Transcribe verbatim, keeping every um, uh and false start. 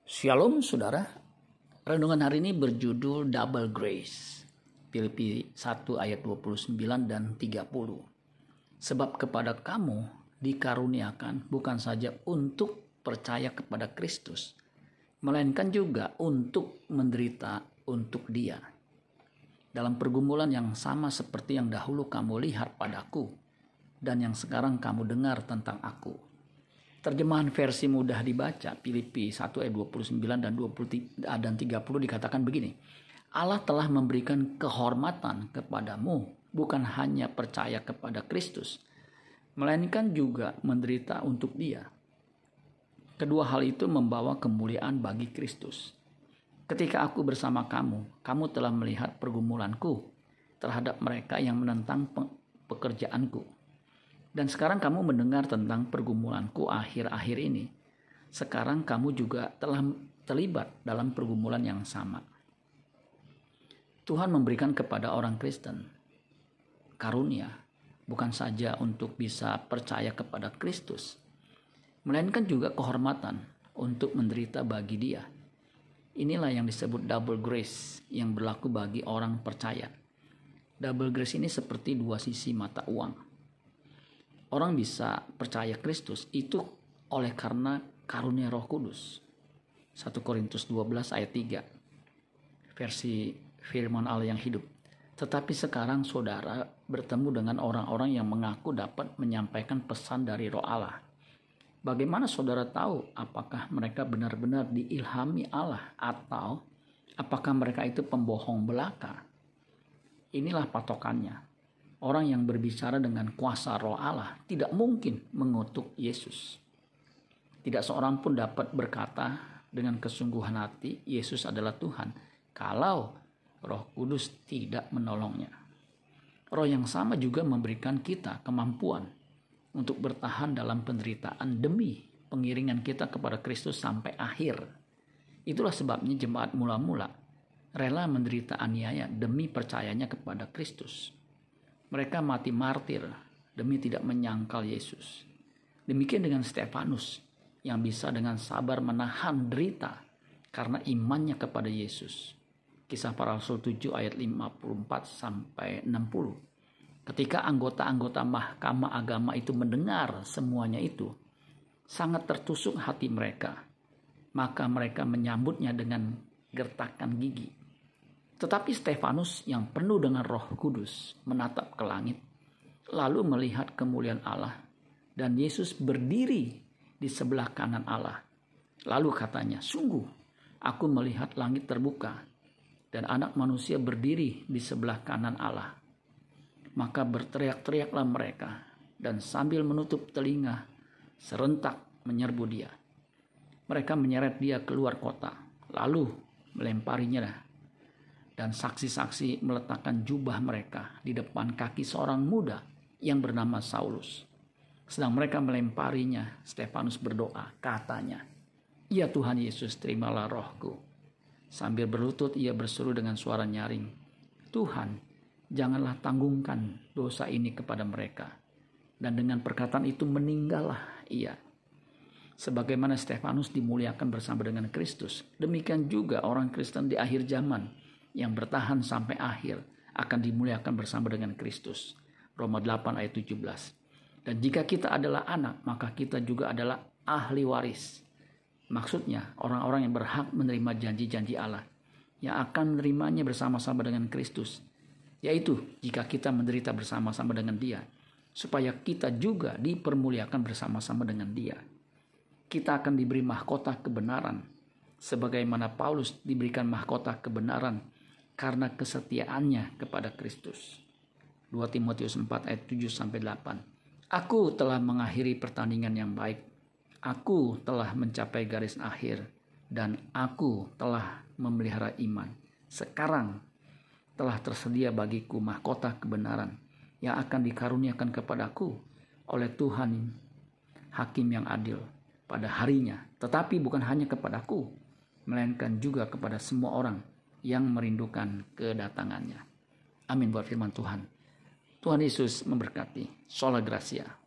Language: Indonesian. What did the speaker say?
Shalom saudara, renungan hari ini berjudul Double Grace, Filipi satu ayat dua puluh sembilan dan tiga puluh. Sebab kepada kamu dikaruniakan bukan saja untuk percaya kepada Kristus, melainkan juga untuk menderita untuk Dia. Dalam pergumulan yang sama seperti yang dahulu kamu lihat padaku dan yang sekarang kamu dengar tentang aku. Terjemahan versi mudah dibaca, Filipi satu ayat dua puluh sembilan dan dua puluh dan tiga puluh dikatakan begini. Allah telah memberikan kehormatan kepadamu, bukan hanya percaya kepada Kristus, melainkan juga menderita untuk Dia. Kedua hal itu membawa kemuliaan bagi Kristus. Ketika aku bersama kamu, kamu telah melihat pergumulanku terhadap mereka yang menentang pekerjaanku. Dan sekarang kamu mendengar tentang pergumulanku akhir-akhir ini. Sekarang kamu juga telah terlibat dalam pergumulan yang sama. Tuhan memberikan kepada orang Kristen karunia, bukan saja untuk bisa percaya kepada Kristus, melainkan juga kehormatan untuk menderita bagi Dia. Inilah yang disebut double grace yang berlaku bagi orang percaya. Double grace ini seperti dua sisi mata uang. Orang bisa percaya Kristus itu oleh karena karunia Roh Kudus. satu Korintus dua belas ayat tiga. Versi firman Allah yang hidup. Tetapi sekarang saudara bertemu dengan orang-orang yang mengaku dapat menyampaikan pesan dari Roh Allah. Bagaimana saudara tahu apakah mereka benar-benar diilhami Allah atau apakah mereka itu pembohong belaka? Inilah patokannya. Orang yang berbicara dengan kuasa Roh Allah tidak mungkin mengutuk Yesus. Tidak seorang pun dapat berkata dengan kesungguhan hati Yesus adalah Tuhan kalau Roh Kudus tidak menolongnya. Roh yang sama juga memberikan kita kemampuan untuk bertahan dalam penderitaan demi pengiringan kita kepada Kristus sampai akhir. Itulah sebabnya jemaat mula-mula rela menderita aniaya demi percayanya kepada Kristus. Mereka mati martir demi tidak menyangkal Yesus. Demikian dengan Stefanus yang bisa dengan sabar menahan derita karena imannya kepada Yesus. Kisah Para Rasul tujuh ayat lima puluh empat sampai enam puluh. Ketika anggota-anggota mahkamah agama itu mendengar semuanya itu, sangat tertusuk hati mereka. Maka mereka menyambutnya dengan gertakan gigi. Tetapi Stefanus yang penuh dengan Roh Kudus menatap ke langit, lalu melihat kemuliaan Allah dan Yesus berdiri di sebelah kanan Allah. Lalu katanya, sungguh aku melihat langit terbuka dan anak manusia berdiri di sebelah kanan Allah. Maka berteriak-teriaklah mereka dan sambil menutup telinga serentak menyerbu Dia. Mereka menyeret Dia keluar kota, lalu melemparinya. Dan saksi-saksi meletakkan jubah mereka di depan kaki seorang muda yang bernama Saulus. Sedang mereka melemparinya, Stefanus berdoa, katanya, "Ya Tuhan Yesus, terimalah rohku." Sambil berlutut ia berseru dengan suara nyaring, "Tuhan, janganlah tanggungkan dosa ini kepada mereka." Dan dengan perkataan itu meninggallah ia. Sebagaimana Stefanus dimuliakan bersama dengan Kristus, demikian juga orang Kristen di akhir zaman yang bertahan sampai akhir akan dimuliakan bersama dengan Kristus. Roma delapan ayat tujuh belas. Dan jika kita adalah anak, maka kita juga adalah ahli waris. Maksudnya orang-orang yang berhak menerima janji-janji Allah, yang akan menerimanya bersama-sama dengan Kristus. Yaitu jika kita menderita bersama-sama dengan Dia, supaya kita juga dipermuliakan bersama-sama dengan Dia. Kita akan diberi mahkota kebenaran, sebagaimana Paulus diberikan mahkota kebenaran karena kesetiaannya kepada Kristus. dua Timotius empat ayat tujuh sampai delapan. Aku telah mengakhiri pertandingan yang baik. Aku telah mencapai garis akhir dan aku telah memelihara iman. Sekarang telah tersedia bagiku mahkota kebenaran yang akan dikaruniakan kepadaku oleh Tuhan Hakim yang adil pada harinya. Tetapi bukan hanya kepadaku, melainkan juga kepada semua orang yang merindukan kedatangannya. Amin buat firman Tuhan. Tuhan Yesus memberkati. Sola Gracia.